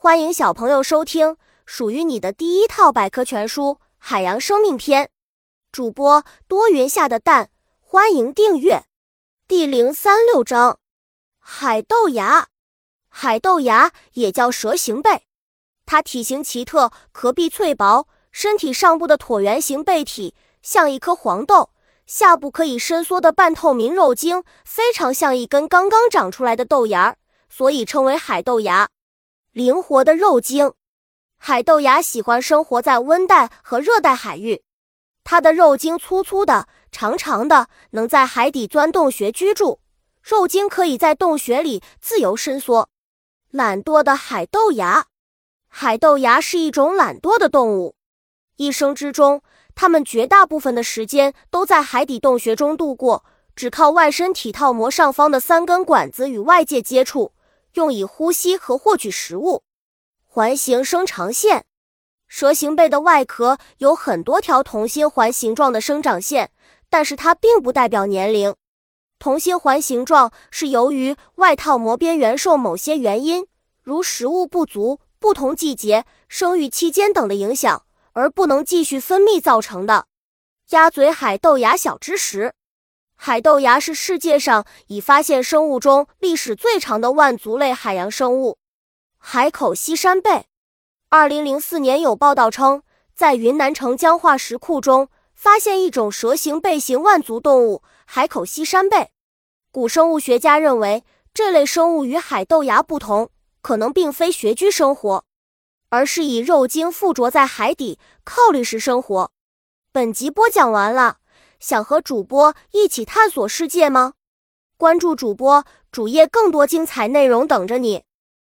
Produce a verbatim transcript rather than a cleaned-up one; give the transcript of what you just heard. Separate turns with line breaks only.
欢迎小朋友收听属于你的第一套百科全书《海洋生命篇》，主播多云下的蛋，欢迎订阅。第零三六章，海豆芽。海豆芽也叫蛇形贝，它体型奇特，壳壁脆薄，身体上部的椭圆形背体像一颗黄豆，下部可以伸缩的半透明肉茎非常像一根刚刚长出来的豆芽，所以称为海豆芽。灵活的肉茎，海豆芽喜欢生活在温带和热带海域。它的肉茎粗粗的、长长的，能在海底钻洞穴居住，肉茎可以在洞穴里自由伸缩。懒惰的海豆芽，海豆芽是一种懒惰的动物，一生之中，它们绝大部分的时间都在海底洞穴中度过，只靠外身体套膜上方的三根管子与外界接触，用以呼吸和获取食物。环形生长线，蛇形贝的外壳有很多条同心环形状的生长线，但是它并不代表年龄。同心环形状是由于外套膜边缘受某些原因，如食物不足、不同季节、生育期间等的影响，而不能继续分泌造成的。鸭嘴海豆芽小知识，海豆芽是世界上已发现生物中历史最长的腕足类海洋生物。海口西山贝，二零零四年有报道称，在云南城江化石库中发现一种蛇形背形腕足动物海口西山贝。古生物学家认为，这类生物与海豆芽不同，可能并非穴居生活，而是以肉茎附着在海底靠滤时生活。本集播讲完了，想和主播一起探索世界吗？关注主播主页，更多精彩内容等着你。